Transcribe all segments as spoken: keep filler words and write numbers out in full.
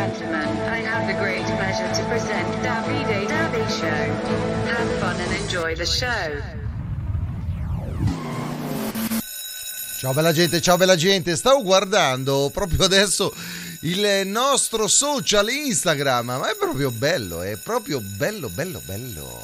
gentlemen, I have the great pleasure to present Davide Dabby Show. Have fun and enjoy the show. Ciao bella gente, ciao bella gente, stavo guardando proprio adesso il nostro social Instagram, ma è proprio bello, è proprio bello, bello, bello.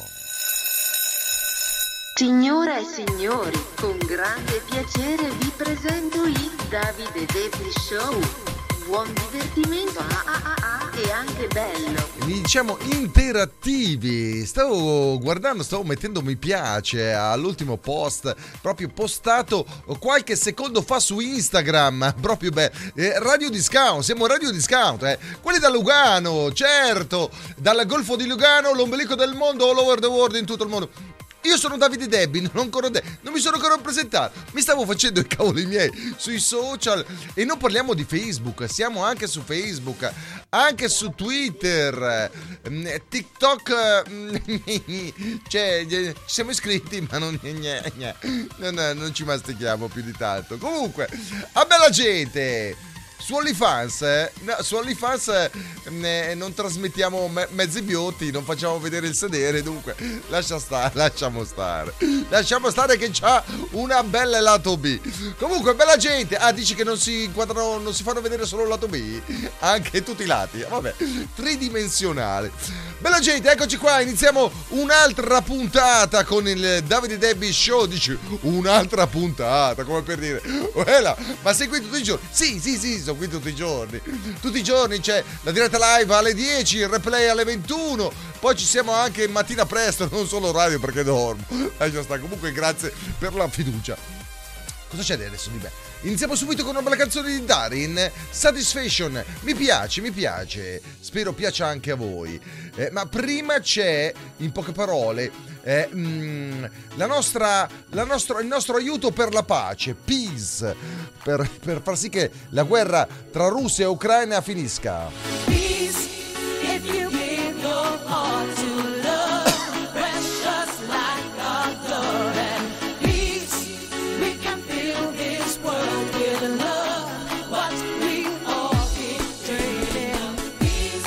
Signore e signori, con grande piacere vi presento il Davide Dabby Show. Buon divertimento ah, ah, ah, ah, e anche bello. Diciamo interattivi. Stavo guardando, stavo mettendo mi piace all'ultimo post proprio postato qualche secondo fa su Instagram. Proprio beh, eh, Radio Discount, siamo Radio Discount, eh. Quelli da Lugano, certo, dal Golfo di Lugano, l'ombelico del mondo, all over the world, in tutto il mondo. Io sono Davide Dabby, non, ancora de- non mi sono ancora presentato, mi stavo facendo i cavoli miei sui social e non parliamo di Facebook, siamo anche su Facebook, anche su Twitter, TikTok, cioè ci siamo iscritti ma non, non, non ci mastichiamo più di tanto. Comunque, a bella gente! Su OnlyFans, eh? no, su OnlyFans eh, non trasmettiamo me- mezzi biotti, non facciamo vedere il sedere, dunque lascia stare, lasciamo stare, lasciamo stare che c'ha una bella lato B. Comunque bella gente, ah dici che non si inquadrano, non si fanno vedere solo il lato B, anche tutti i lati, vabbè, tridimensionale. Bella gente, eccoci qua, iniziamo un'altra puntata con il Davide Dabby Show, dici un'altra puntata, come per dire, Uela, ma sei qui tutti i giorni? Sì, sì, sì, sono qui tutti i giorni, tutti i giorni c'è la diretta live alle dieci, il replay alle ventuno, poi ci siamo anche mattina presto, non solo radio perché dormo, lascia stare. Comunque grazie per la fiducia. Cosa c'è adesso di me? Iniziamo subito con una bella canzone di Darin, Satisfaction, mi piace, mi piace, spero piaccia anche a voi, eh, ma prima c'è, in poche parole, eh, mm, la nostra, la nostra, il nostro aiuto per la pace, peace, per, per far sì che la guerra tra Russia e Ucraina finisca. Peace, if you give your heart to love, precious like our blood and peace, we can fill this world with love, what we all keep dreaming. Peace.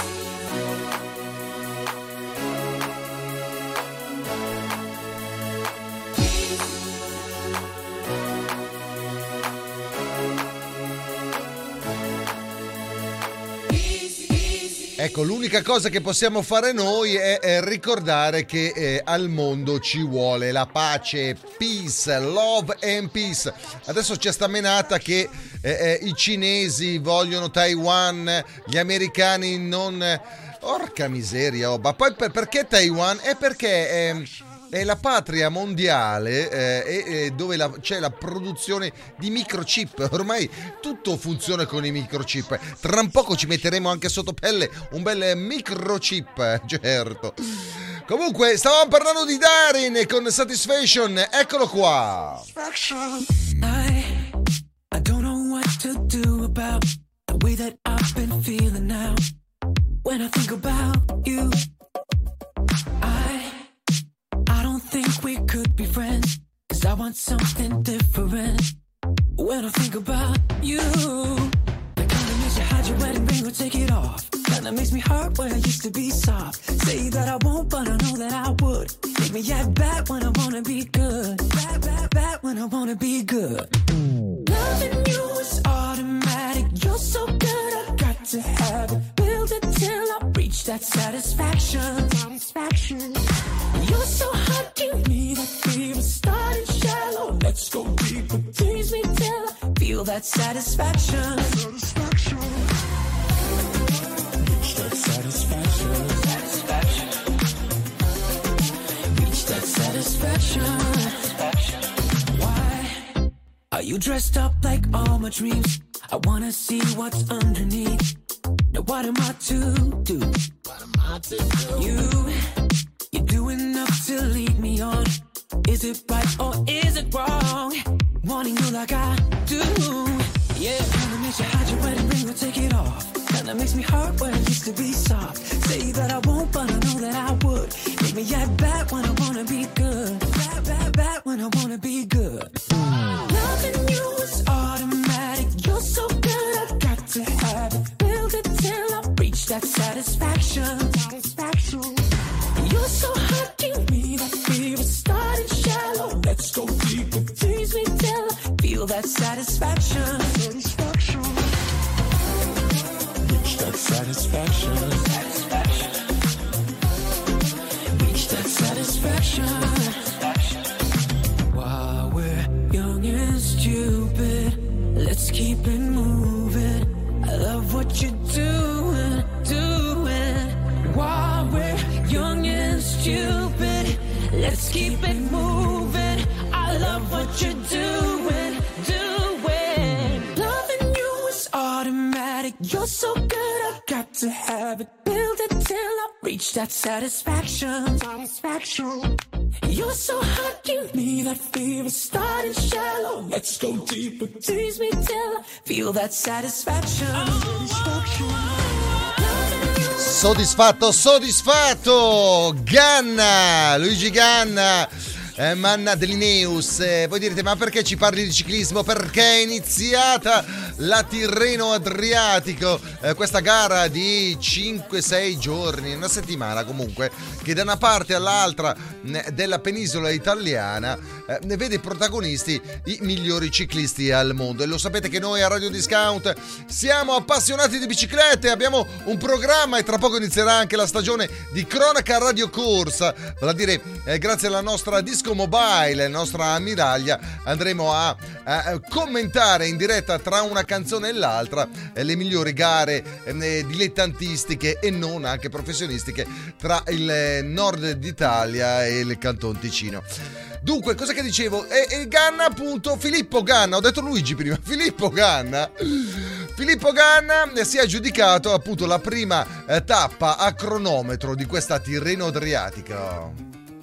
Ecco, l'unica cosa che possiamo fare noi è, è ricordare che eh, al mondo ci vuole la pace, peace, love and peace. Adesso c'è sta menata che eh, eh, i cinesi vogliono Taiwan, gli americani non... Porca miseria, oh. Ma poi per, perché Taiwan? È perché... Eh, è la patria mondiale eh, e, dove la, c'è la produzione di microchip. Ormai tutto funziona con i microchip. Tra un poco ci metteremo anche sotto pelle un bel microchip, certo. Comunque stavamo parlando di Darin con Satisfaction, eccolo qua. I, I don't know what to do about the way that I've been feeling now. When I think about you, I I don't think we could be friends, 'cause I want something different. When I think about you, the kind of makes you hide your wedding ring or take it off. Kinda makes me hurt when I used to be soft. Say that I won't, but I know that I would. Make me act bad when I wanna be good. Bad, bad, bad when I wanna be good. Loving you is automatic. You're so good, I got to have it. Build it till I reach that satisfaction. Satisfaction. You're so hot, give me that fever. Starting shallow, let's go deeper. Tease me till I feel that satisfaction. Satisfaction. Reach that satisfaction. Satisfaction. Reach that satisfaction. Satisfaction. Why are you dressed up like all my dreams? I wanna see what's underneath. Now what am I to do? What am I to do? You You're doing enough to lead me on. Is it right or is it wrong? Wanting you like I do. Yeah, kinda makes you hide your wedding ring or take it off. Kinda makes me hurt when I used to be soft. Say that I won't, but I know that I would. Make me act bad when I wanna be good. Bad, bad, bad when I wanna be good. Loving you is automatic. You're so good, I got to have it. Build it till I reach that that satisfaction. Satisfaction. Reach that satisfaction. Satisfaction. Reach that satisfaction. While we're young and stupid, let's keep it moving. I love what you're doing, doing. While we're young and stupid, let's keep it moving. I love what you're doing, doing. Loving you is automatic. You're so good, I got to have it. Build it till I reach that satisfaction. Satisfaction. You're so hot, give me that fever. Starting shallow, let's go deeper. Tease me till I feel that satisfaction. Satisfaction. Soddisfatto, soddisfatto! Ganna, Luigi Ganna, eh, Manna Delineus. Eh, voi direte, ma perché ci parli di ciclismo? Perché è iniziata la Tirreno Adriatico, eh, questa gara di cinque sei giorni, una settimana comunque, che da una parte all'altra eh, della penisola italiana eh, ne vede protagonisti i migliori ciclisti al mondo. E lo sapete che noi a Radio Discount siamo appassionati di biciclette, abbiamo un programma e tra poco inizierà anche la stagione di cronaca radio corsa, vale a dire eh, grazie alla nostra Disco Mobile, la nostra ammiraglia, andremo a, a commentare in diretta tra una canzone e l'altra eh, le migliori gare eh, dilettantistiche e non anche professionistiche tra il eh, nord d'Italia e il Canton Ticino. Dunque, cosa che dicevo? E, e Ganna, appunto, Filippo Ganna, ho detto Luigi prima, Filippo Ganna. Filippo Ganna si è aggiudicato appunto la prima eh, tappa a cronometro di questa Tirreno Adriatico.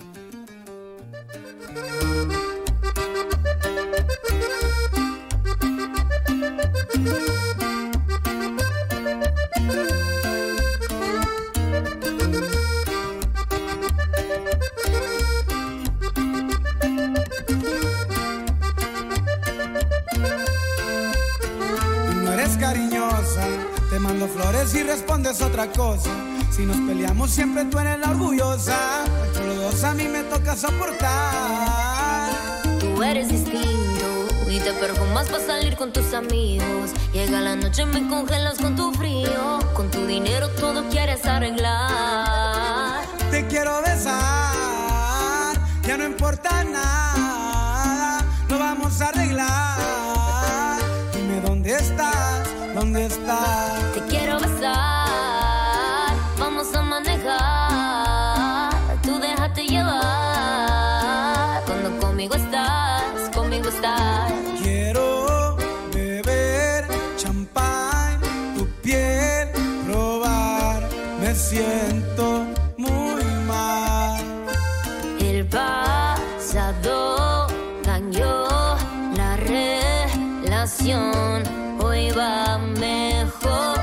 Cariñosa, te mando flores y respondes otra cosa. Si nos peleamos siempre tú eres la orgullosa. Entre los dos a mí me toca soportar. Tú eres distinto y te perfumas para salir con tus amigos. Llega la noche, me congelas con tu frío. Con tu dinero todo quieres arreglar. Te quiero besar, ya no importa nada. Lo vamos a arreglar. Dime dónde estás, dónde estás. Te quiero besar, vamos a manejar. Tú déjate llevar. Cuando conmigo estás, conmigo estás. Quiero beber champán, tu piel probar. Me siento muy mal. El pasado dañó la relación. Hoy va mejor.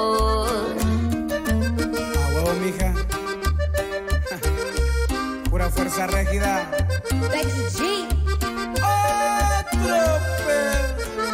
A huevo, mija. Pura fuerza rígida. Sexy G. Otro pe-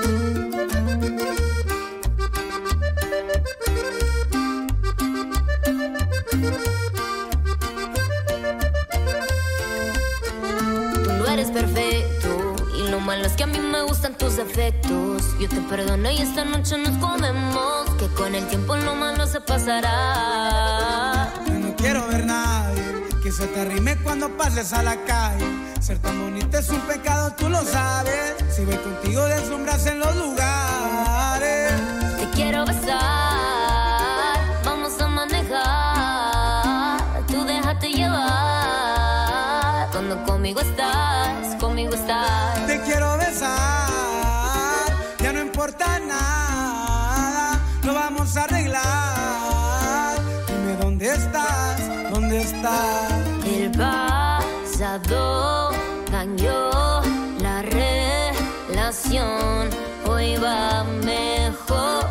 Tú no eres perfecto y lo malo es que a mí me gustan tus defectos. Yo te perdono y esta noche nos comemos, que con el tiempo lo malo se pasará. Yo no quiero ver nadie que se te arrime cuando pases a la calle. Ser tan bonita es un pecado, tú lo sabes. Si voy contigo deslumbras en los lugares. Te quiero besar, vamos a manejar. Tú déjate llevar. Cuando conmigo estás, conmigo estás. Te quiero besar, ya no importa nada. Lo vamos a arreglar. Dime dónde estás, dónde estás. El pasado dañó la relación. Hoy va mejor.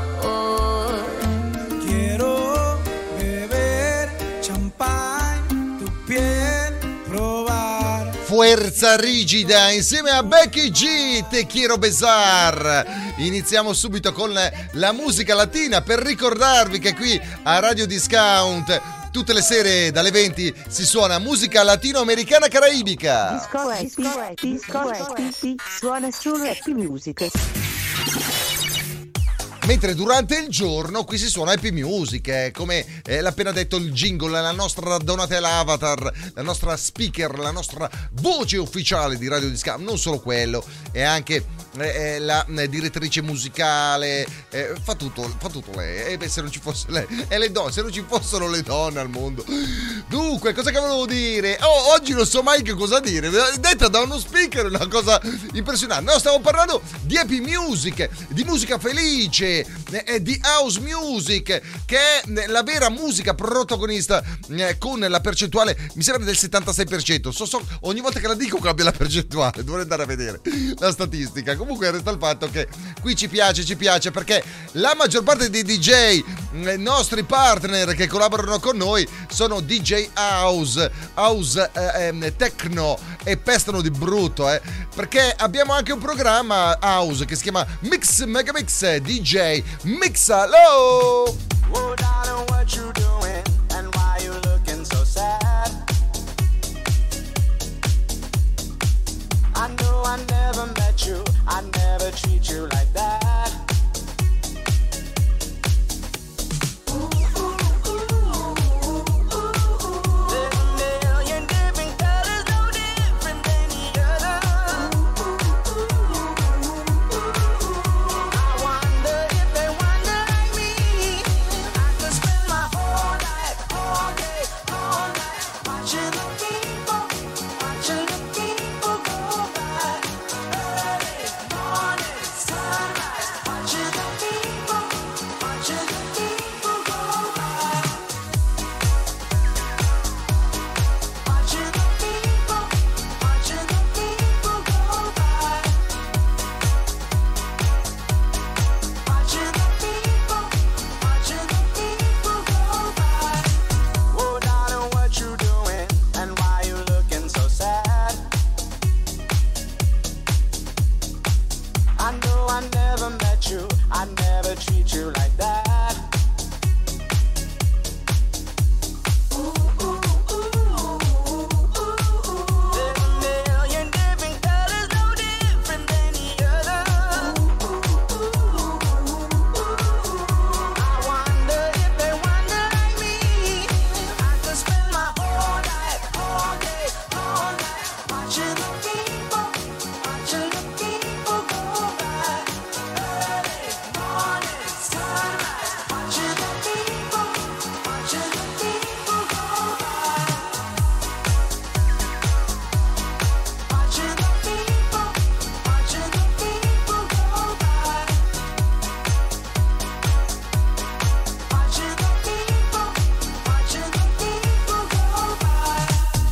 Quiero beber champán, tu piel probar. Fuerza rigida insieme a Becky G, Te quiero besar. Iniziamo subito con la musica latina per ricordarvi che qui a Radio Discount tutte le sere dalle venti si suona musica latinoamericana caraibica. Disco Happy, Disco Happy, suona solo Happy Music. Mentre durante il giorno qui si suona Happy Music, eh, come eh, l'ha appena detto il jingle, la nostra Donatella Avatar, la nostra speaker, la nostra voce ufficiale di Radio Disca. Non solo quello, è anche eh, la eh, direttrice musicale, eh, fa tutto, fa tutto lei. E beh, se non ci fosse lei, e le donne, se non ci fossero le donne al mondo. Dunque, cosa che volevo dire? Oh, oggi non so mai che cosa dire. Detta da uno speaker, una cosa impressionante. No, stavo parlando di Happy Music, di musica felice, di house music, che è la vera musica protagonista, con la percentuale mi sembra del settantasei per cento. So, so, ogni volta che la dico cambia la percentuale, dovrei andare a vedere la statistica. Comunque resta il fatto che qui ci piace, ci piace perché la maggior parte dei D J, nostri partner che collaborano con noi, sono D J house, house eh, techno, e pestano di brutto, eh, perché abbiamo anche un programma house che si chiama Mix Megamix D J Mixalo. Oh, darling, what you doing and why you looking so sad? I know I never met you, I never treat you like that. There's a million different colors, no different than the other. I wonder if they wonder like me. I could spend my whole life, all day, all night, watching the people, watching the people go by. Early morning, sunrise, watching the people, watching the people go by. Watching the people, watching the people go by. Watching the people, watching the people go by. Oh, darling, what you doing and why you looking so sad? I know I never met you, I never treat you like that. There's a million different colors, no different than the other. I wonder if they wonder like me. I could spend my whole life, all day, all night, watching the people, watching the people go by. Early morning, sunrise, watching the people, watching the people go by. Watching the people, watching the people go by. Watching the people, watching the people go by.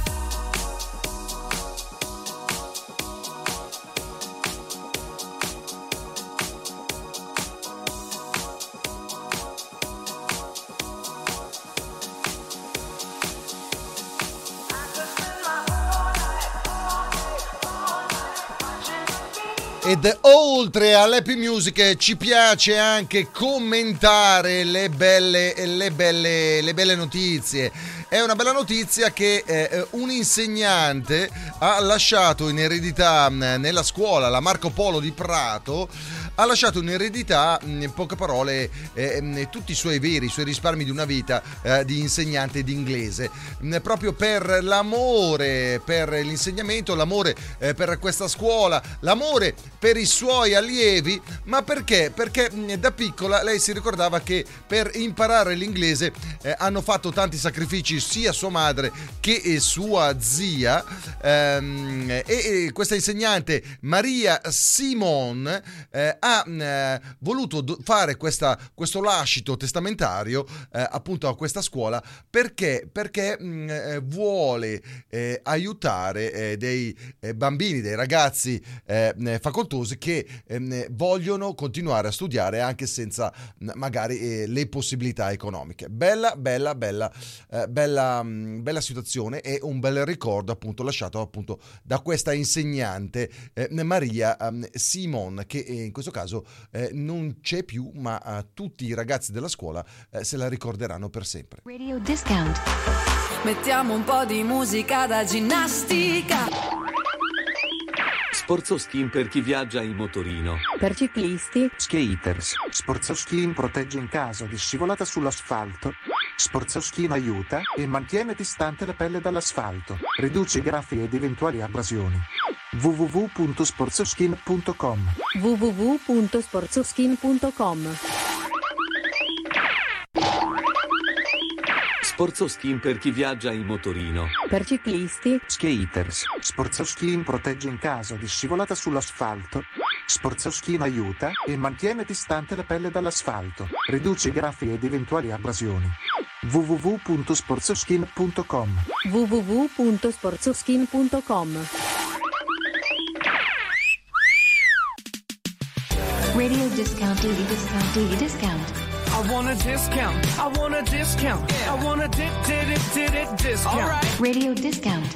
Ed oltre all'Happy Music ci piace anche commentare le belle, le belle, le belle notizie. È una bella notizia che eh, un insegnante ha lasciato in eredità nella scuola, la Marco Polo di Prato, ha lasciato in eredità, in poche parole, eh, tutti i suoi veri, i suoi risparmi di una vita eh, di insegnante di inglese, proprio per l'amore per l'insegnamento, l'amore eh, per questa scuola, l'amore per i suoi allievi. Ma perché? Perché da piccola lei si ricordava che per imparare l'inglese eh, hanno fatto tanti sacrifici sia sua madre che sua zia, ehm, e, e questa insegnante Maria Simon eh, ha eh, voluto do- fare questa, questo lascito testamentario eh, appunto a questa scuola perché, perché mh, eh, vuole eh, aiutare eh, dei eh, bambini, dei ragazzi eh, facoltosi che eh, vogliono continuare a studiare anche senza mh, magari eh, le possibilità economiche. Bella, bella, bella, eh, bella bella, bella situazione e un bel ricordo appunto lasciato appunto da questa insegnante eh, Maria um, Simon, che eh, in questo caso eh, non c'è più, ma uh, tutti i ragazzi della scuola eh, se la ricorderanno per sempre. Radio Discount. Mettiamo un po' di musica da ginnastica. Sforzo Skin per chi viaggia in motorino. Per ciclisti. Skaters. Sforzo Skin protegge in caso di scivolata sull'asfalto. Sforzo Skin aiuta e mantiene distante la pelle dall'asfalto. Riduce graffi ed eventuali abrasioni. w w w punto sforzoskin punto com w w w punto sforzoskin punto com. Sforzo Skin per chi viaggia in motorino. Per ciclisti. Skaters. Sforzo Skin protegge in caso di scivolata sull'asfalto. Sforzo Skin aiuta e mantiene distante la pelle dall'asfalto. Riduce graffi ed eventuali abrasioni. w w w punto sforzoskin punto com w w w punto sforzoskin punto com. Radio Discount, D V Discount, D V Discount. I want a discount. I want a discount. Yeah. I want a dip, dip, dip, dip, dip, discount. All right. Radio Discount.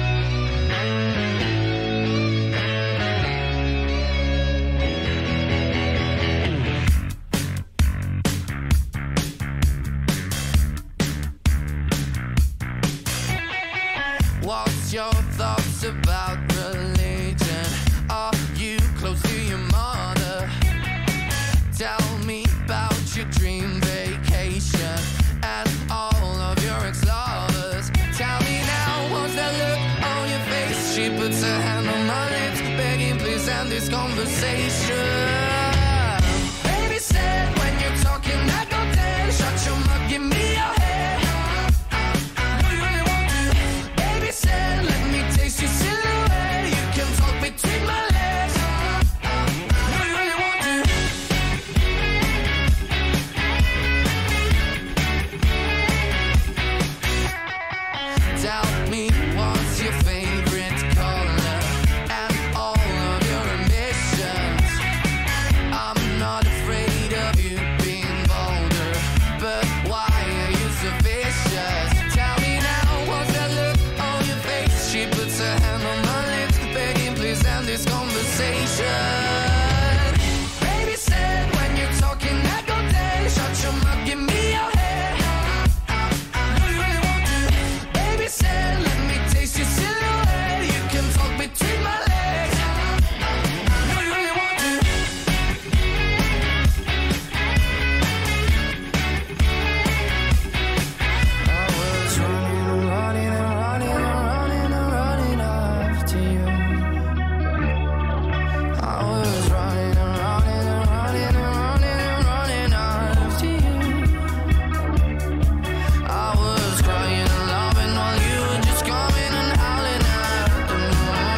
What's your thoughts about religion? Are you close to your mother? Tell me about your dream vacation and all of your ex-lovers. Tell me now, what's that look on your face? She puts her hand on my lips, begging please end this conversation. Baby said when you're talking I go dead. Shut your mouth, give me your head. Do you really want to? Baby said let me taste your silhouette. You can talk between my legs. Do you really want to? Tell me what's your favorite color and all of your ambitions. I'm not afraid of you being bolder, but why are you so vicious? Tell me now, what's that look on your face? She puts her hand on my lips, begging please end this conversation. Baby said when you're talking I go dead. Shut your mouth, give me your head. Do you really want to? Baby said let me taste your silhouette. You can talk between my legs. Do you really want to? I was running and running and running and running and running after you. I was running and running and running and running and running after you. I was crying and loving while you were just coming and howling after me.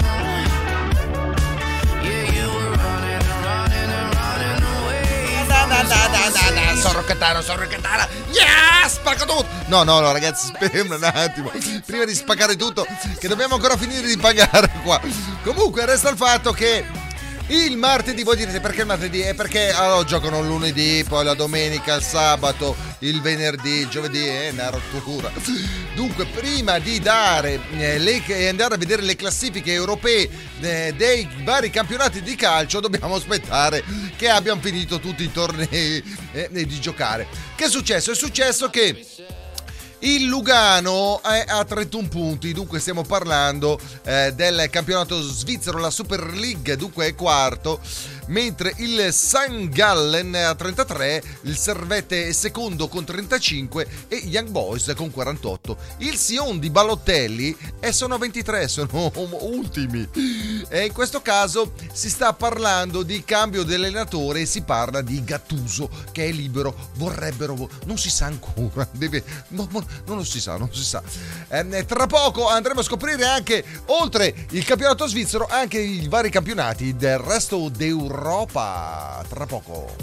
Yeah, you were running and running and running away. Da, da, da, da, da, da. Sono Catano, sono Catana. Yeah, spacca tutto. No, no, no, ragazzi, aspetta un attimo. Prima di spaccare tutto, che dobbiamo ancora finire di pagare qua. Comunque, resta il fatto che il martedì, voi direte perché il martedì? È perché allora, giocano il lunedì, poi la domenica, il sabato, il venerdì, il giovedì, è una rottura. Dunque, prima di dare eh, le, e andare a vedere le classifiche europee eh, dei vari campionati di calcio, dobbiamo aspettare che abbiano finito tutti i tornei eh, di giocare. Che è successo? È successo che il Lugano è a trentuno punti, dunque stiamo parlando eh, del campionato svizzero, la Super League, dunque è quarto, mentre il Sankt Gallen a trentatré, il Servette è secondo con trentacinque e Young Boys con quarantotto. Il Sion di Balotelli e sono ventitré, sono ultimi. E in questo caso si sta parlando di cambio di allenatore e si parla di Gattuso che è libero, vorrebbero, non si sa ancora, deve, no, non lo si sa, non si sa. Eh, tra poco andremo a scoprire anche, oltre il campionato svizzero, anche i vari campionati del resto d'Europa. Tra poco.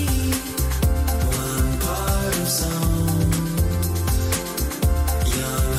Young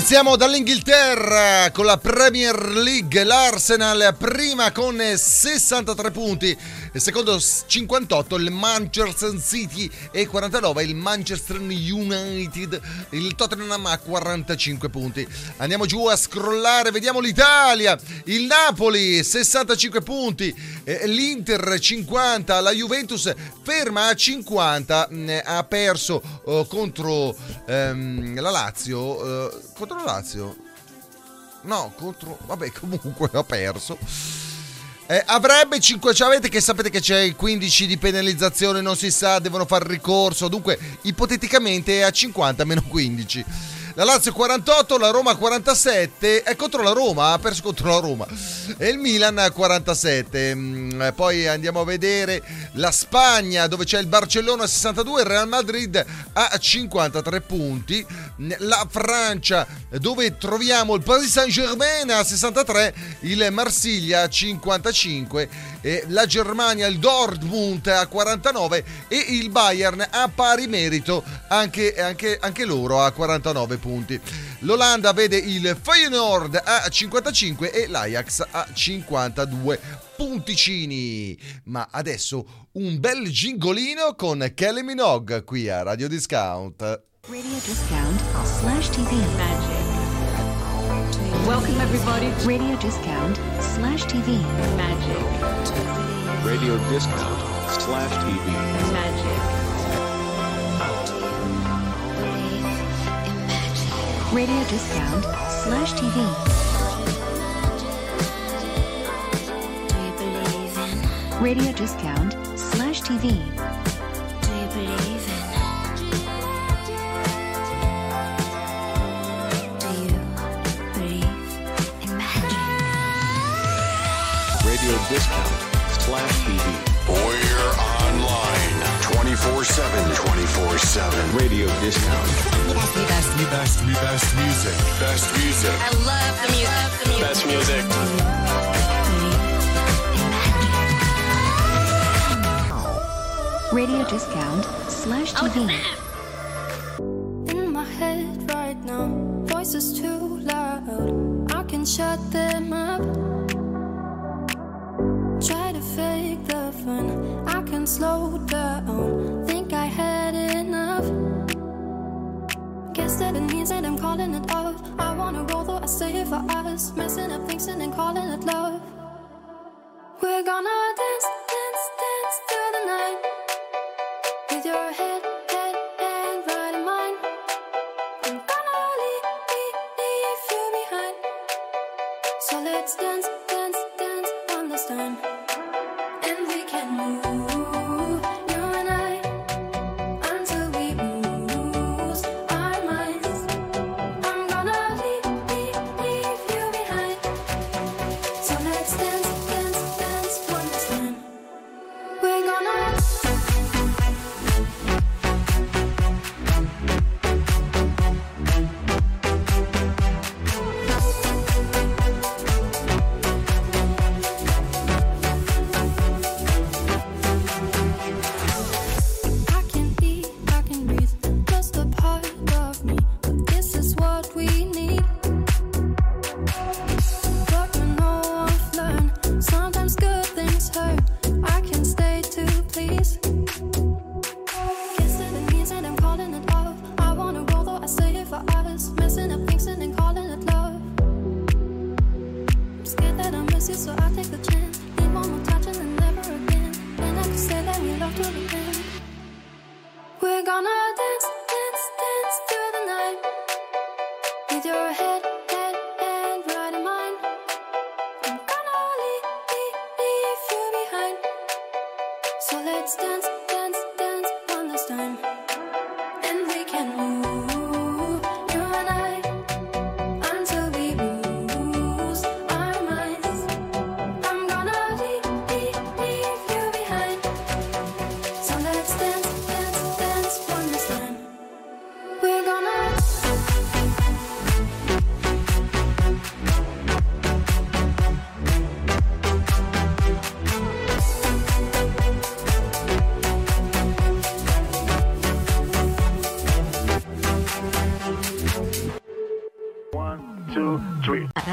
Iniziamo dall'Inghilterra con la Premier League. L'Arsenal prima con sessantatré punti, il secondo cinquantotto il Manchester City e quarantanove il Manchester United. Il Tottenham ha quarantacinque punti. Andiamo giù a scrollare, vediamo l'Italia. Il Napoli sessantacinque punti, l'Inter cinquanta, la Juventus ferma a cinquanta, ha perso uh, contro um, la Lazio. Uh, contro la Lazio? No, contro... Vabbè, comunque ha perso. Eh, avrebbe cinque, cioè avete che sapete che c'è il quindici di penalizzazione, non si sa, devono fare ricorso, dunque ipoteticamente è a cinquanta meno quindici. La Lazio quarantotto, la Roma quarantasette, è contro la Roma, ha perso contro la Roma, e il Milan quarantasette. Poi andiamo a vedere la Spagna, dove c'è il Barcellona sessantadue, il Real Madrid a cinquantatré punti. La Francia, dove troviamo il Paris Saint-Germain a sessantatré, il Marsiglia a cinquantacinque, e la Germania, il Dortmund a quarantanove e il Bayern a pari merito anche, anche, anche loro a quarantanove punti. L'Olanda vede il Feyenoord a cinquantacinque e l'Ajax a cinquantadue punticini. Ma adesso un bel gingolino con Kelly Minogue qui a Radio Discount. Radio Discount slash T V Magic. Welcome everybody. Radio Discount slash T V Magic. Radio Discount slash T V Magic. Radio Discount slash T V. Radio Discount slash T V. Do you believe in? Do you believe in magic? Radio Discount slash T V. We're online twenty-four seven, twenty-four seven. Radio Discount. Me best, me best, me best music. Best music. I love the music. Best music. Radio Discount slash T V. In my head right now, voices too loud. I can shut them up. Try to fake the fun. I can slow down. Think I had enough. Guess that it means that I'm calling it off. I wanna go though I say it for us. Messing up things and then calling it love. We're gonna dance, dance, dance through the night. With your head, head, head right in mine. I'm gonna leave, leave, leave you behind. So let's dance, dance, dance one last time. And we can move, you and I, until we lose our minds. I'm gonna leave, leave, leave you behind. So let's dance, dance, dance one last time. We're gonna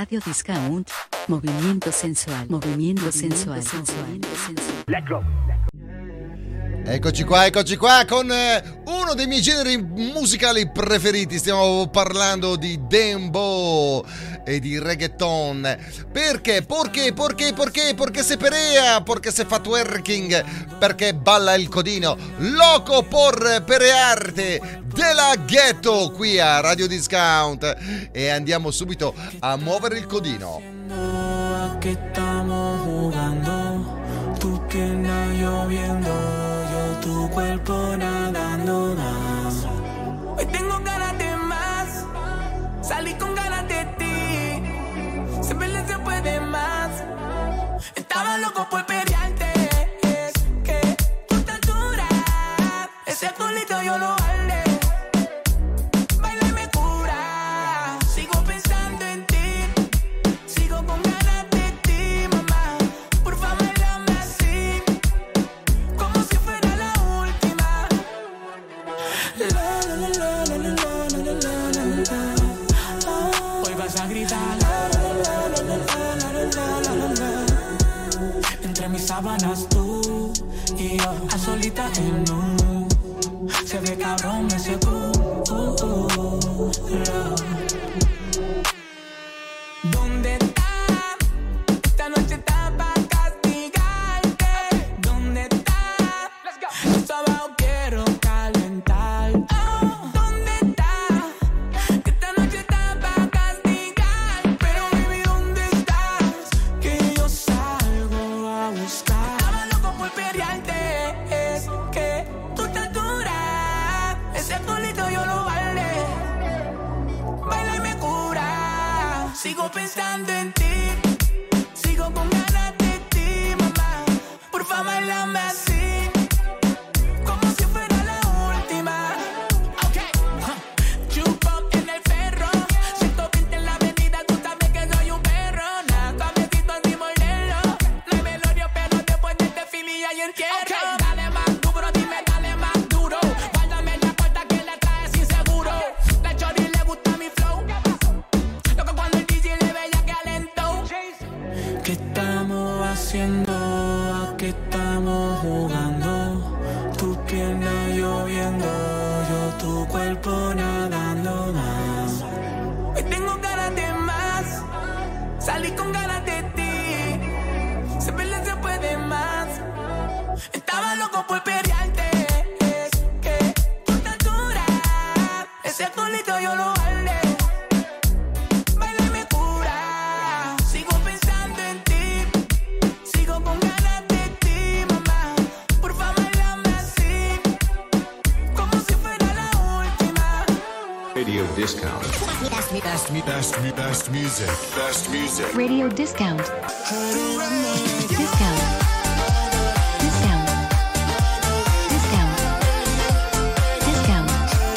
Radio Discount, movimiento sensual, movimiento sensual, sensual, sensual. Let's go. Eccoci qua, eccoci qua con eh, uno dei miei generi musicali preferiti. Stiamo parlando di dembow e di reggaeton. Perché? Perché? Perché? Perché? Perché se perea, perché se fa twerking, perché balla il codino. Loco por perearte della ghetto qui a Radio Discount. E andiamo subito a muovere il codino. ¿A qué estamos jugando? Tu pierna lloviendo, yo tu cuerpo nadando más. Hoy tengo ganas de más, salí con ganas de ti. Siempre le se puede más. Estaba loco por pelearte. Es que tu estatura, ese culito yo lo vale. Baila y me cura. Sigo pensando en ti. Sigo con ganas de ti, mamá. Por favor, bailame así, como si fuera la última. La, la, la, la, la, la, la, la, la, la. Hoy vas a gritar. La, la, la, la, la, la, la, la, la, la. Entre mis sábanas tú y yo, a solita en nu. Se ve cabrón ese cu. Uh, uh, uh. ¿Dónde está? Esta noche está pa' castigarte. ¿Dónde está? Yo abajo quiero calentar. Oh, ¿dónde está? Esta noche está pa' castigar. Pero baby, ¿dónde estás? Que yo salgo a buscar. Estaba loco por pelearte. Es que tu estatura, ese culito yo lo vale. Baila y me cura. Sigo pensando en ti. Sigo con ganas de ti, mamá. Por favor, bailame así, como si fuera la última. Ok, huh. Jukebox en el ferro. ciento veinte en la avenida, tú sabes que soy un perro. Nada, cabecito sin morderlo. No hay velorio, pero después de este fili hay entierro. Ok, dale más duro, dime dale más duro. Guárdame la puerta que la trae sin seguro. La chori le gusta mi flow. Loco cuando el D J le veía que alentó. ¿Qué estamos haciendo? ¿A qué estamos jugando? Tu pierna lloviendo, yo tu cuerpo nadando más. Hoy tengo ganas de más, salí con ganas de ti. Siempre le se puede más. Estaba loco por pelearte. Es que tu estatura, ese culito yo lo vale. Baila y me cura. Sigo pensando en ti. Sigo con ganas de ti, mamá. Por favor, bailame así, como si fuera la última. Radio Discount. Best, best, best, best music. Best music. Radio Discount. Discount. Discount. Discount. Discount. Discount.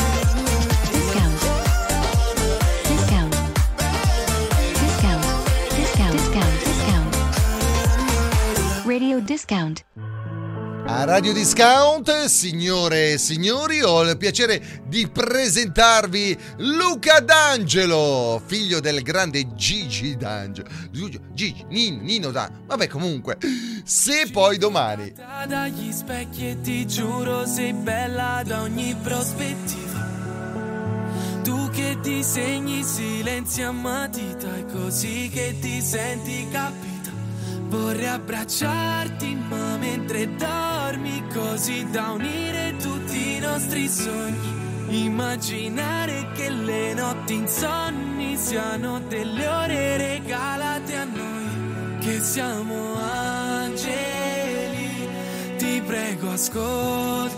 Discount. Discount. Discount. Discount. Discount. Radio Discount. A Radio Discount, signore e signori, ho il piacere di presentarvi Luca D'Angelo, figlio del grande Gigi D'Angelo. Gigi, Nino, Nino D'Angelo. Vabbè, comunque, se poi domani. Dagli specchi e ti giuro sei bella da ogni prospettiva. Tu che disegni silenzi a matita, è così che ti senti capita. Vorrei abbracciarti ma mentre dormi, così da unire tutti i nostri sogni. Immaginare che le notti insonni siano delle ore regalate a noi, che siamo angeli. Ti prego ascoltami,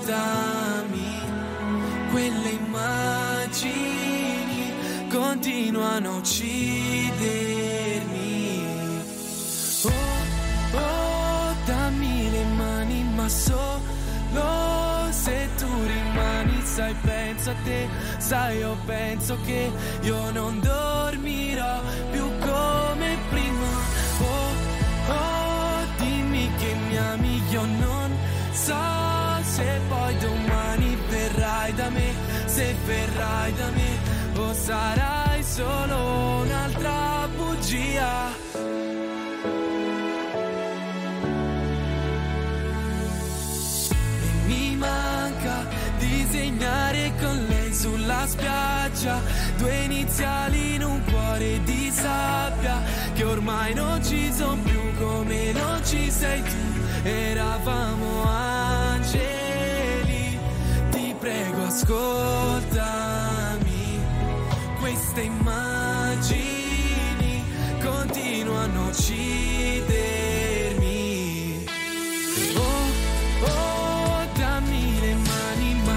quelle immagini continuano a uccidermi. Oh, dammi le mani, ma solo se tu rimani. Sai, penso a te, sai, io penso che io non dormirò più come prima. Oh, oh, dimmi che mi ami, io non so se poi domani verrai da me. verrai da me o sarai solo un'altra bugia. sulla spiaggia, due iniziali in un cuore di sabbia, che ormai non ci sono più come non ci sei tu. Eravamo angeli, ti prego ascoltami, queste immagini continuano a uccidermi. Oh, oh, dammi le mani, ma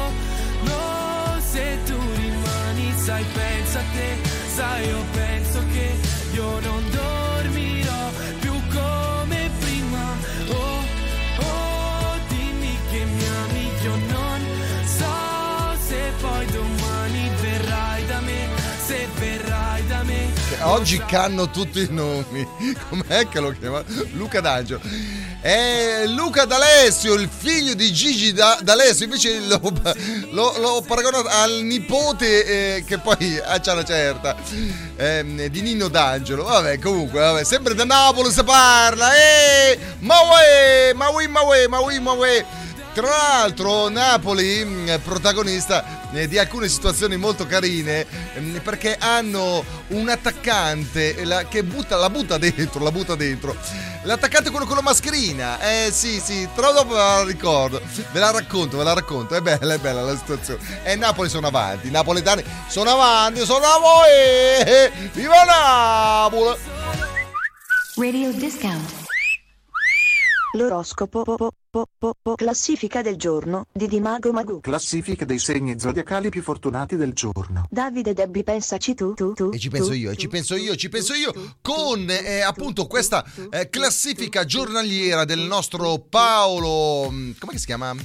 solo se tu rimani. Sai, pensa a te, sai, io penso che io non dormirò più come prima. Oh, oh, dimmi che mi ami, io non so se poi domani verrai da me, se verrai da me. Oggi canno tutti i nomi. Com'è che lo chiama? Luca D'Angelo. È Luca D'Alessio, il figlio di Gigi da- D'Alessio. Invece lo, lo, lo paragono al nipote, eh, che poi ah, c'ha una certa, eh, di Nino D'Angelo. Vabbè, comunque, vabbè, sempre da Napoli si parla. Eh, ma uè, ma uè, ma uè, ma uè, ma uè. Tra l'altro Napoli protagonista di alcune situazioni molto carine, perché hanno un attaccante che butta, la butta dentro, la butta dentro. L'attaccante è quello con la mascherina. Eh sì, sì, tra dopo ve la ricordo. Ve la racconto, ve la racconto. È bella, è bella la situazione. E Napoli sono avanti, i napoletani sono avanti, sono a voi. Viva Napoli! Radio Discount. L'oroscopo po, po, po, po, po, classifica del giorno di Dimago Magù. Classifica dei segni zodiacali più fortunati del giorno. Davide Debbie, pensaci tu, tu, tu. E ci penso tu, io, e tu, ci penso tu, io, ci tu, penso tu, io tu, con tu, eh, tu, appunto tu, questa tu, eh, tu, classifica tu, tu, giornaliera del nostro Paolo, come si chiama?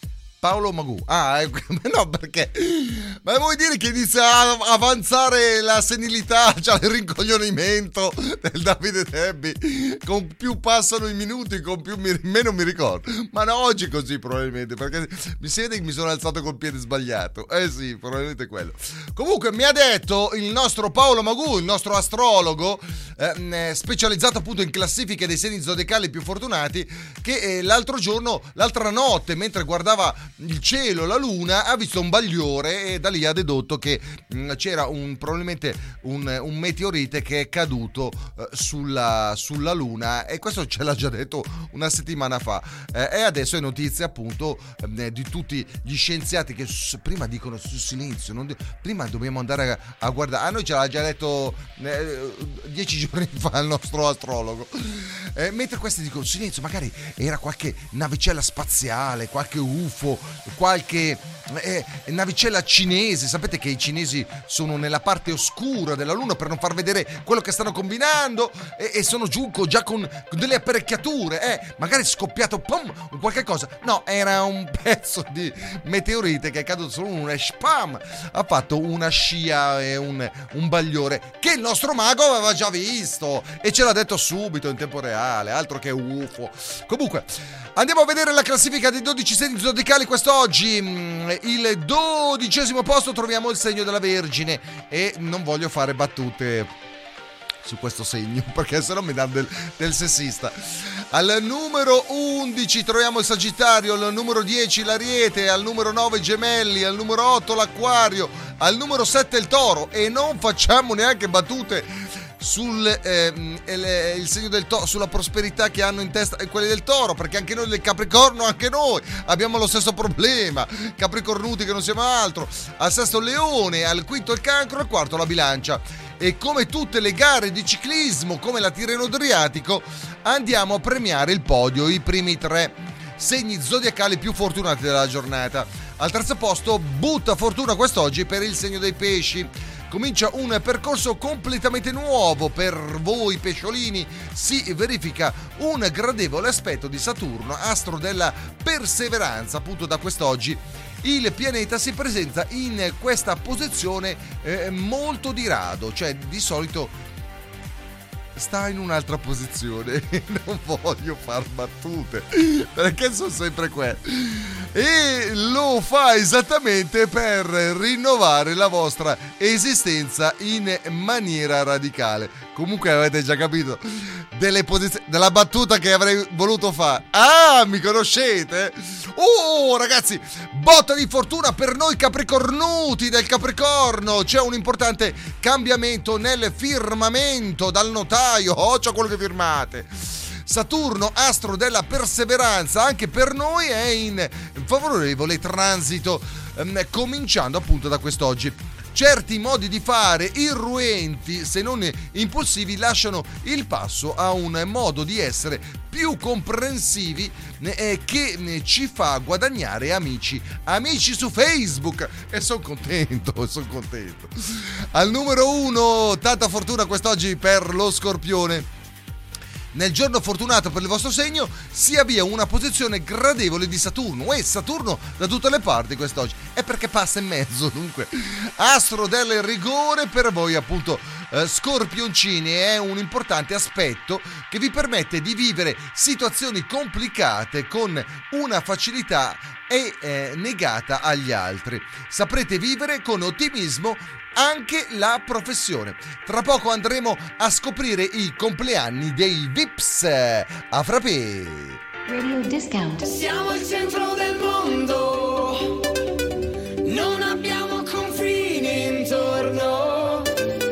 Paolo Magù. Ah, no, perché? Ma vuoi dire che inizia a avanzare la senilità, cioè il rincoglionimento del Davide Debbie? Con più passano i minuti, con più mi, meno mi ricordo. Ma no, oggi così probabilmente, perché mi si vede che mi sono alzato col piede sbagliato. Eh sì, probabilmente quello. Comunque mi ha detto il nostro Paolo Magù, il nostro astrologo, eh, specializzato appunto in classifiche dei segni zodiacali più fortunati, che eh, l'altro giorno, l'altra notte, mentre guardava il cielo, la luna, ha visto un bagliore e da lì ha dedotto che mh, c'era un probabilmente un, un meteorite che è caduto uh, sulla, sulla luna, e questo ce l'ha già detto una settimana fa, eh, e adesso è notizia appunto eh, di tutti gli scienziati che s- prima dicono su silenzio, non di- prima dobbiamo andare a, a guardare. A noi ce l'ha già detto eh, dieci giorni fa il nostro astrologo, eh, mentre questi dicono silenzio, magari era qualche navicella spaziale, qualche U F O, qualche eh, navicella cinese. Sapete che i cinesi sono nella parte oscura della luna per non far vedere quello che stanno combinando, e, e sono giù co- già con, con delle apparecchiature, eh, magari scoppiato pum, qualche cosa. No, era un pezzo di meteorite che è caduto su una e spam, ha fatto una scia e un, un bagliore che il nostro mago aveva già visto e ce l'ha detto subito in tempo reale, altro che U F O. Comunque andiamo a vedere la classifica dei dodici segni zodiacali quest'oggi. Il dodicesimo posto troviamo il segno della Vergine, e non voglio fare battute su questo segno perché sennò mi danno del, del sessista. Al numero undici troviamo il Sagittario, al numero dieci l'Ariete, al numero nove i Gemelli, al numero otto l'Acquario, al numero sette il Toro, e non facciamo neanche battute sul eh, il, il segno del Toro, sulla prosperità che hanno in testa quelli del Toro, perché anche noi del Capricorno, anche noi abbiamo lo stesso problema, capricornuti che non siamo altro. Al sesto il Leone, al quinto il Cancro, al quarto la Bilancia. E come tutte le gare di ciclismo, come la Tirreno Adriatico, andiamo a premiare il podio, i primi tre segni zodiacali più fortunati della giornata. Al terzo posto butta fortuna quest'oggi per il segno dei Pesci. Comincia un percorso completamente nuovo per voi pesciolini, si verifica un gradevole aspetto di Saturno, astro della perseveranza. Appunto da quest'oggi il pianeta si presenta in questa posizione eh, molto di rado, cioè di solito sta in un'altra posizione. Non voglio far battute perché sono sempre qua, e lo fa esattamente per rinnovare la vostra esistenza in maniera radicale. comunque avete già capito delle posizioni, della battuta che avrei voluto fare. Ah, mi conoscete? Oh ragazzi, botta di fortuna per noi capricornuti del Capricorno, c'è un importante cambiamento nel firmamento dal notaio. Oh, c'è quello che firmate. Saturno, astro della perseveranza, anche per noi è in favorevole transito, ehm, cominciando appunto da quest'oggi. Certi modi di fare irruenti, se non impulsivi, lasciano il passo a un modo di essere più comprensivi eh, che ci fa guadagnare amici, amici su Facebook, e sono contento, sono contento. Al numero uno, tanta fortuna quest'oggi per lo Scorpione. Nel giorno fortunato per il vostro segno si avvia una posizione gradevole di Saturno. E Saturno da tutte le parti quest'oggi. È perché passa in mezzo, dunque. Astro del rigore per voi, appunto, eh, scorpioncini. È un importante aspetto che vi permette di vivere situazioni complicate con una facilità e eh, negata agli altri. Saprete vivere con ottimismo anche la professione. Tra poco andremo a scoprire i compleanni dei Vips a Frappé. Radio Discount. Siamo il centro del mondo, non abbiamo confini intorno.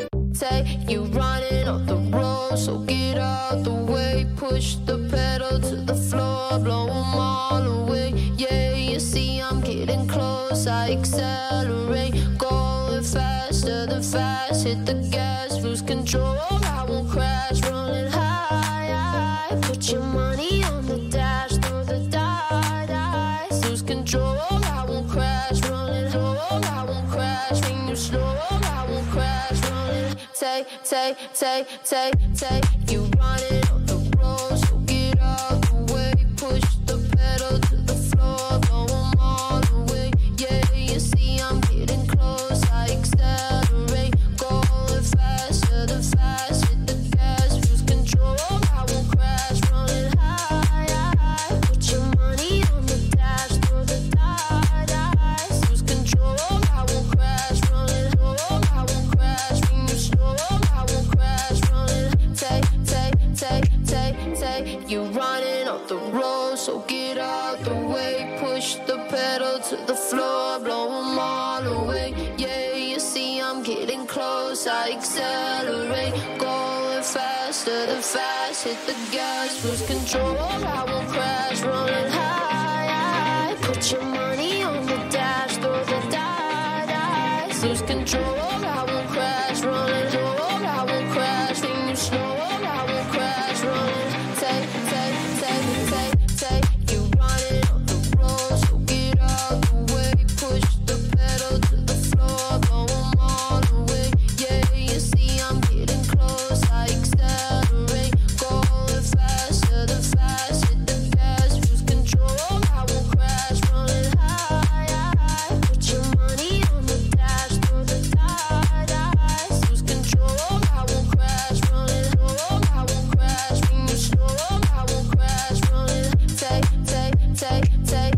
Take you running off the road, so get out the way. Push the pedal to the floor, blow them all away. Yeah, you see I'm getting close, I accelerate. Going faster than fast, hit the gas, lose control. I won't crash, running high, high. Put your money on the dash, throw the die, dice. Lose control, I won't crash, running low. I won't crash, when you slow. I won't crash, running. Take, take, take, take, take. You running on the road, so get out the way. Push the pedal to the floor, blow 'em all away. Yeah, you see I'm getting close, I accelerate. Going faster than fast, hit the gas, lose control. I won't crash, running high, high. Put your money on the dash, throw the die, dice. Lose control, I won't crash, running low. I won't crash, when you slow. I won't crash, running. Take, take, take, take, take. You running off the road, so get out the way. Push the pedal to the floor, blow 'em all away. Yeah, you see I'm getting close, I accelerate. Going faster than fast, hit the gas, lose control. I won't crash, running high, high. Put your money on the dash, throw the die, dice. Lose control, I won't crash, running low. I won't crash, when you slow. I won't crash, running. Take, take, take, take, take. You running on the road, so get out the way. Push the pedal to the floor, blow 'em all away. Yeah, you see I'm getting close, I accelerate. Going faster than fast, hit the gas, lose control. I won't crash, running high, high. Put your money on the dash, throw the die, dice. Lose control, I won't crash, running low. I won't crash, when you slow. I won't crash, running. Take, take, take, take.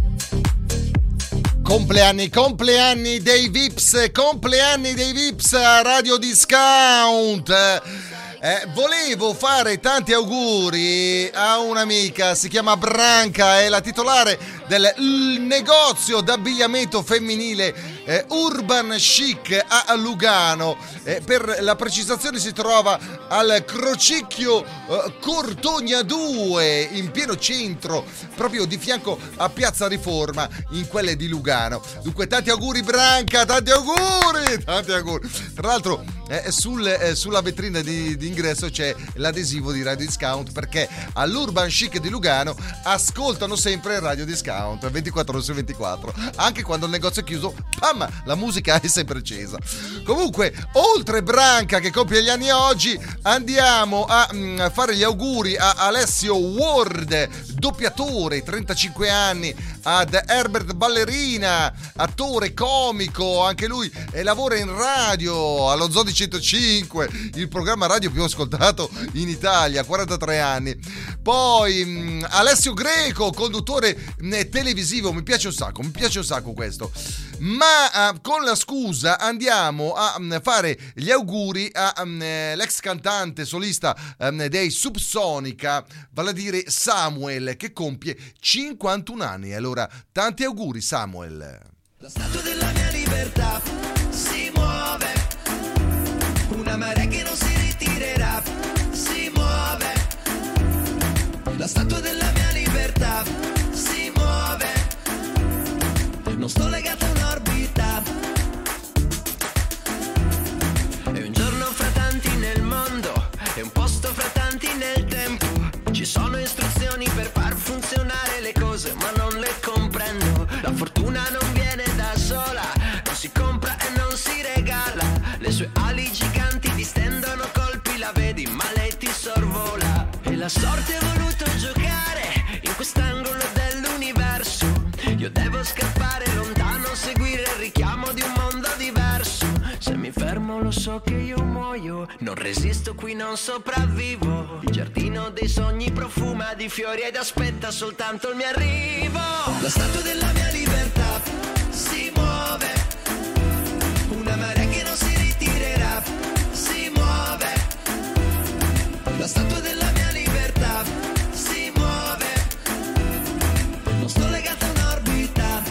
Compleanni, compleanni dei Vips, compleanni dei Vips a Radio Discount. Eh, volevo fare tanti auguri a un'amica, si chiama Branca, è la titolare del negozio d'abbigliamento femminile eh, Urban Chic a Lugano. Eh, per la precisazione si trova al Crocicchio eh, Cortogna due, in pieno centro, proprio di fianco a Piazza Riforma, in quelle di Lugano. Dunque tanti auguri Branca, tanti auguri, tanti auguri. Tra l'altro eh, sul, eh, sulla vetrina di, di ingresso c'è l'adesivo di Radio Discount, perché all'Urban Chic di Lugano ascoltano sempre Radio Discount ventiquattro ore su ventiquattro, anche quando il negozio è chiuso, pam, la musica è sempre accesa. Comunque, oltre Branca che compie gli anni oggi, andiamo a mh, fare gli auguri a Alessio Ward, doppiatore, trentacinque anni, ad Herbert Ballerina, attore comico, anche lui eh, lavora in radio allo Zoo di centocinque, il programma radio più ascoltato in Italia, quarantatré anni. Poi mh, Alessio Greco, conduttore mh, televisivo, mi piace un sacco, mi piace un sacco questo. ma uh, con la scusa andiamo a um, fare gli auguri all'ex um, cantante solista um, dei Subsonica, vale a dire Samuel, che compie cinquantuno anni. Allora, tanti auguri Samuel. La statua della mia libertà si muove, una marea che non si ritirerà, si muove. La statua della mia libertà si muove, non sto legato a un'orbita. È un giorno fra tanti nel mondo, è un posto fra tanti nel tempo. Ci sono istruzioni per far funzionare le cose, ma non le comprendo. La fortuna non viene da sola, non si compra e non si regala. Le sue ali giganti distendono colpi, la vedi ma lei ti sorvola. E la sorte ha voluto giocare in quest'angolo dell'universo. Io devo scappare lontano, seguire il richiamo di un mondo diverso. Se mi fermo lo so che io muoio, non resisto qui, non sopravvivo. Il giardino dei sogni profuma di fiori ed aspetta soltanto il mio arrivo. La statua della mia libertà si muove, una marea che non si ritirerà, si muove. La statua della mia libertà si muove, non sto legato a un'orbita.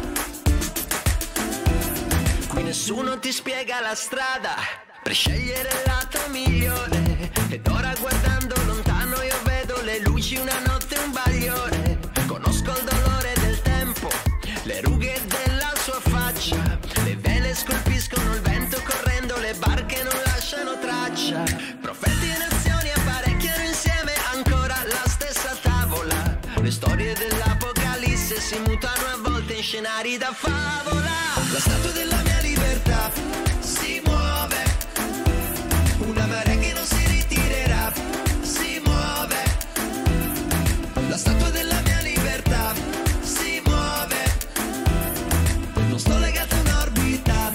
Qui nessuno ti spiega la strada per scegliere il lato migliore. Ed ora guardando lontano io vedo le luci, una notte, un bagliore. Conosco il dolore del tempo, le rughe della sua faccia. Le vele scolpiscono il vento correndo, le barche non lasciano traccia. Profeti e nazioni apparecchiano insieme ancora la stessa tavola. Le storie dell'apocalisse si mutano a volte in scenari da favola. La statua della mia libertà si muove, una marea che non si ritirerà, si muove. La statua della mia libertà si muove, non sto legato a un'orbita.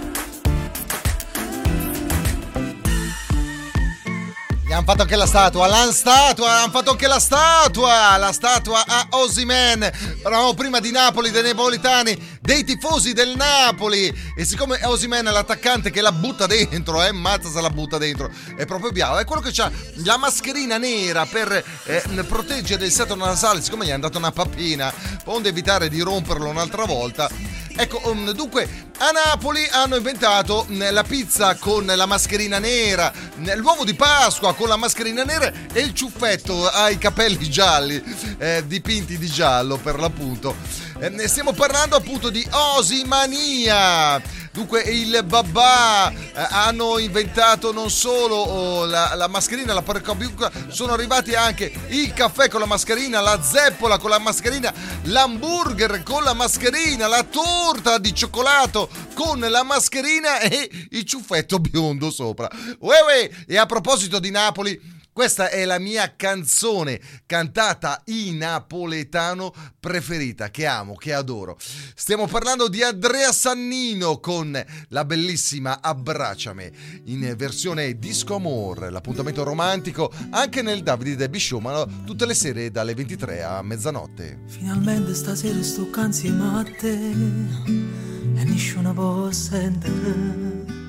Gli hanno fatto anche la statua, la statua, hanno fatto anche la statua, la statua a Osimhen. Parlavamo prima di Napoli, dei napolitani, dei tifosi del Napoli, e siccome Osimhen è l'attaccante che la butta dentro, eh, mazza se la butta dentro, è proprio bravo, è quello che c'ha la mascherina nera per eh, proteggere il setto nasale, siccome gli è andata una pappina, onde evitare di romperlo un'altra volta. Ecco, um, dunque a Napoli hanno inventato mh, la pizza con la mascherina nera, mh, l'uovo di Pasqua con la mascherina nera e il ciuffetto ai capelli gialli, eh, dipinti di giallo per l'appunto. Eh, stiamo parlando appunto di Osimania. Dunque il babà, eh, hanno inventato non solo oh, la, la mascherina, la parrucca, sono arrivati anche il caffè con la mascherina, la zeppola con la mascherina, l'hamburger con la mascherina, la torta di cioccolato con la mascherina e il ciuffetto biondo sopra. Uè, uè. E a proposito di Napoli, questa è la mia canzone cantata in napoletano preferita, che amo, che adoro. Stiamo parlando di Andrea Sannino con la bellissima Abbracciami in versione disco amor, l'appuntamento romantico anche nel Davide Debbie Show, ma tutte le sere dalle ventitré a mezzanotte. Finalmente stasera sto insieme a te e nessuno può sentire.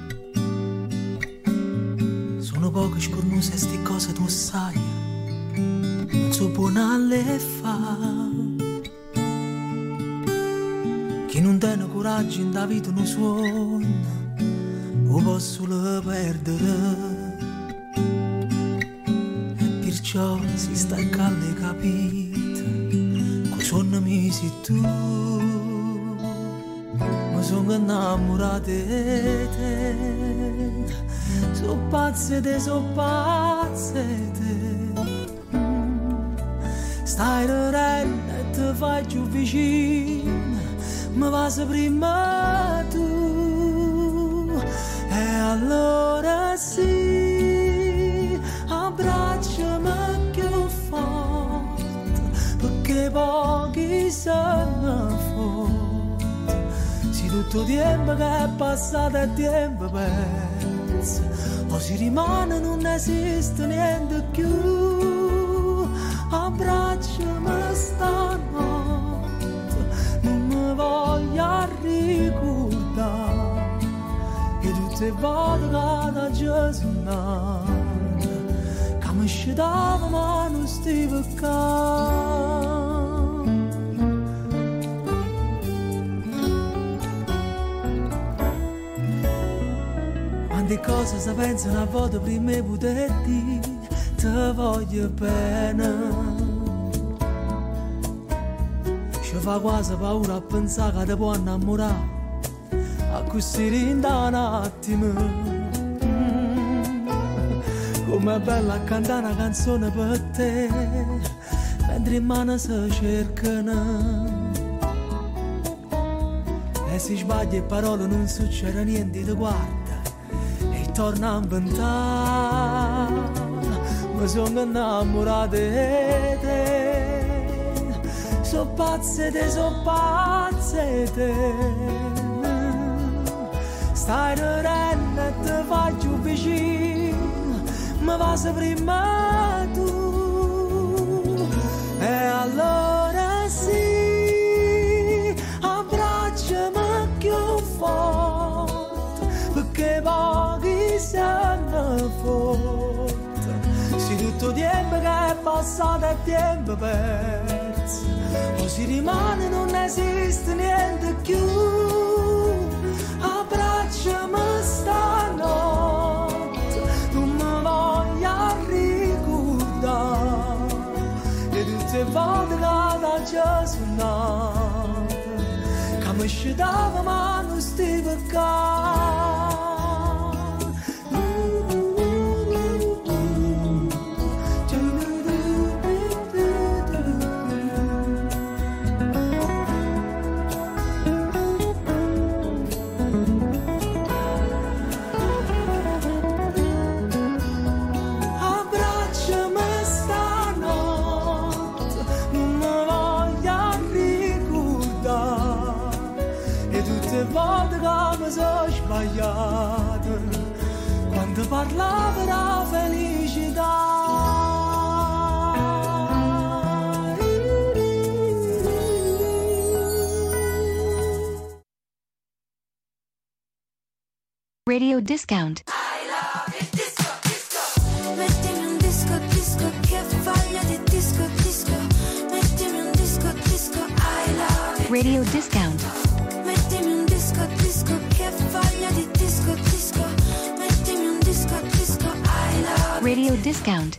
Sono poche scornuse sti cose tu sai, non so buona le fa. Chi non tiene coraggio in da vita non suona, lo posso le perdere. E perciò si sta in calle capite, coi suonami sei tu. Ma sono innamorata di te, so pazze te, so pazze te. Stai ridendo e ti fai più vicino, mi passi prima tu. E allora sì, abbracciami più forte, perché pochi sono forti. Se tutto tempo che è passato è tempo perso, o si rimane non esiste niente più. Abbracciami stanotte, non mi voglio ricordare tutte volte che da Gesù che mi scitava ma non stiva qua. Quante cose si pensano a volte prima di poter dire ti voglio bene. Ci fa quasi paura a pensare che ti può innamorare a così rinda un attimo. Mm. Com'è bella cantare una canzone per te mentre in mano si cercano. E se sbagli e parole non succede niente, ti guarda e torna a inventare. Mi sono innamorato di te. So pazze te, so pazze te. Stai ridendo e ti faccio vicino, ma va prima tu. E allora sì, abbracciami più forte, perché pochi sanno forte. Se tutto il tempo che è passato è tempo perso, o si rimane non esiste niente più. Abbracciami stanotte, non mi voglio ricordare e tutte le volte che da Gesù che mi scitava ma non stiva qua. Quando parlava la felicità. Radio Discount. Mettimi un disco, disco, che voglia di disco, disco. Mettimi un disco, disco, I love it. Radio Discount. Mettimi un disco, disco, che voglia di disco, disco. Mettimi un disco, disco, I love it. Radio Discount.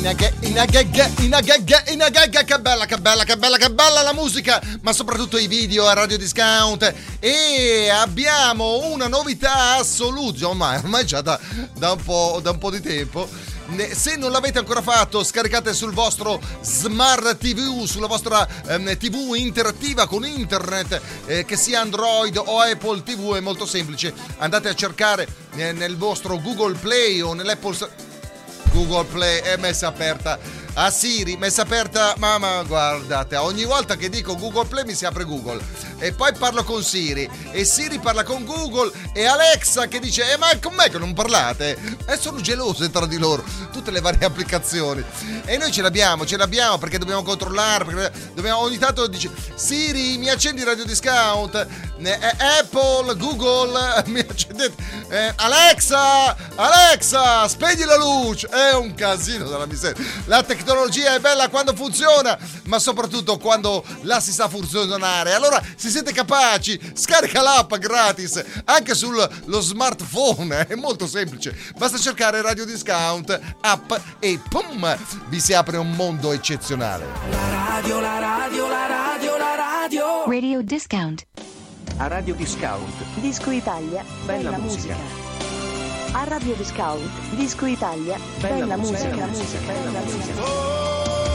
Inaghe, inaghe, inaghe, inaghe, che bella, che bella, che bella, che bella la musica, ma soprattutto i video a Radio Discount. E abbiamo una novità assoluta, ormai, ormai già da, da, un po', da un po' di tempo. Se non l'avete ancora fatto, scaricate sul vostro Smart ti vu, sulla vostra ehm, tivù interattiva con internet, eh, che sia Android o Apple ti vu. È molto semplice, andate a cercare eh, nel vostro Google Play o nell'Apple Google Play, è messa aperta a Siri, messa aperta, mamma, guardate, ogni volta che dico Google Play mi si apre Google e poi parlo con Siri e Siri parla con Google e Alexa che dice eh ma con me che non parlate? E sono gelose tra di loro tutte le varie applicazioni e noi ce l'abbiamo, ce l'abbiamo perché dobbiamo controllare, perché dobbiamo, ogni tanto dice Siri mi accendi Radio Discount, eh, Apple, Google mi accendete, eh, Alexa, Alexa spegni la luce, è un casino della miseria. La tecnologia è bella quando funziona, ma soprattutto quando la si sa funzionare. Allora, se siete capaci, scarica l'app gratis anche sullo smartphone, è molto semplice. Basta cercare Radio Discount app e pum, vi si apre un mondo eccezionale. La radio, la radio, la radio, la radio. Radio Discount. A Radio Discount. Disco Italia, bella, Bella musica. musica. A Radio Discount, Disco Italia, bella, Bella musica, musica, musica, bella, bella musica.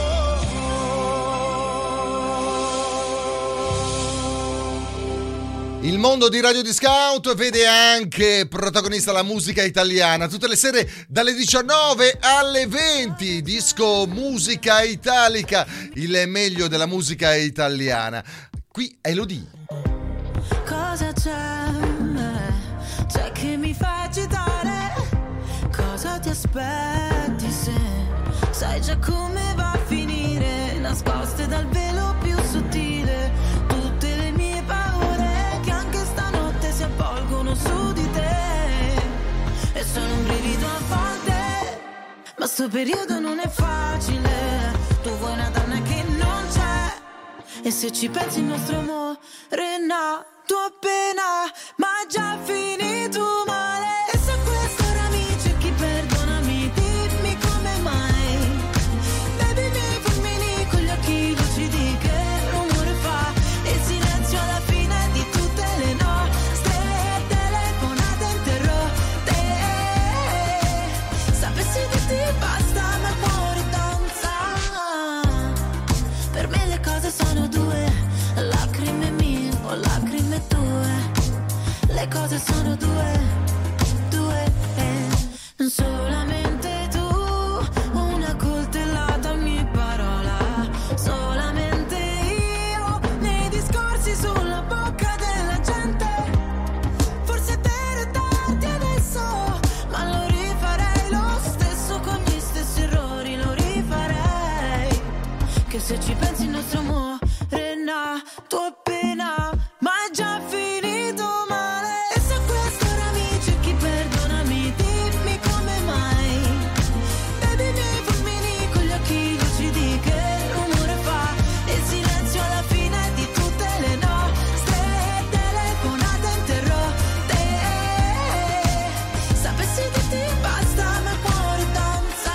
Il mondo di Radio Discount vede anche protagonista la musica italiana. Tutte le sere dalle diciannove alle venti. Disco Musica Italica, il meglio della musica italiana. Qui Elodie. Cosa c'è? C'è che mi fa agitare? Cosa ti aspetti se sai già come va a finire? Nascoste dal velo più sottile tutte le mie paure che anche stanotte si avvolgono su di te. E sono un brivido a volte, ma sto periodo non è facile. Tu vuoi una donna che non c'è, e se ci pensi il nostro amore è nato appena, ma già finito male. E se questo ora mi cerchi, perdonami, dimmi come mai. Baby, mi fulmini con gli occhi lucidi, che rumore fa il silenzio alla fine di tutte le nostre telefonate interrotte. Sapessi che ti basta, ma il cuore danza. Per me le cose sono due, lacrime mie o lacrime tue. Le cose sono due, due, eh. Solamente tu, una coltellata ogni parola. Solamente io, nei discorsi sulla bocca della gente. Forse per darti adesso, ma lo rifarei lo stesso con gli stessi errori, lo rifarei. Che se ci pensi il nostro amore è nato appena, ma è già finito male. E se questo ora mi cerchi, perdonami, dimmi come mai. Baby, mi fulmini con gli occhi lucidi, che rumore fa il silenzio alla fine di tutte le nostre telefonate interrotte. Sapessi che ti basta, ma il cuore danza.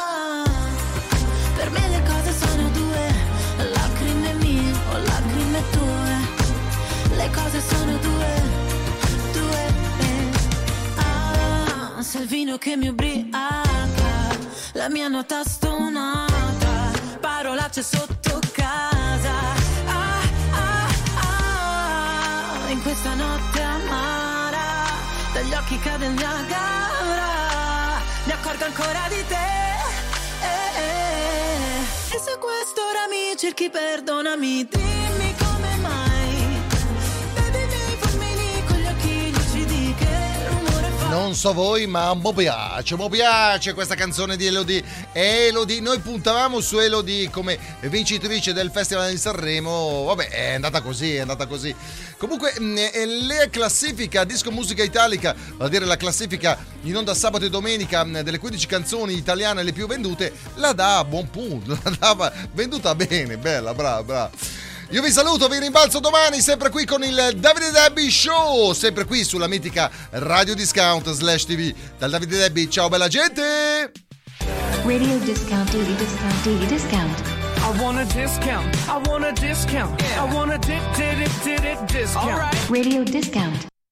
Per me le cose sono due, lacrime mie o lacrime tue. Le cose sono due, due, eh. Ah, se il vino che mi ubriaca, la mia nota stonata, parolacce sotto casa. Ah, ah, ah, in questa notte amara, dagli occhi cade il Niagara, mi accorgo ancora di te. Eh, eh. E se questo ora mi cerchi, perdonami, dimmi come mai. Non so voi, ma mi piace, mi piace questa canzone di Elodie. Elodie, noi puntavamo su Elodie come vincitrice del Festival di Sanremo. Vabbè, è andata così, è andata così. Comunque, le classifica Disco Musica Italica, vale a dire la classifica in onda sabato e domenica delle quindici canzoni italiane le più vendute, la dà a buon punto, la dava venduta bene, bella, brava, brava. Io vi saluto, vi rimbalzo domani, sempre qui con il Davide Debbie Show, sempre qui sulla mitica Radio Discount slash T V. Dal Davide Debbie, ciao bella gente! Radio discount, daily discount, daily discount. I want a discount. I want a discount. I want a di di di di di discount. Radio discount.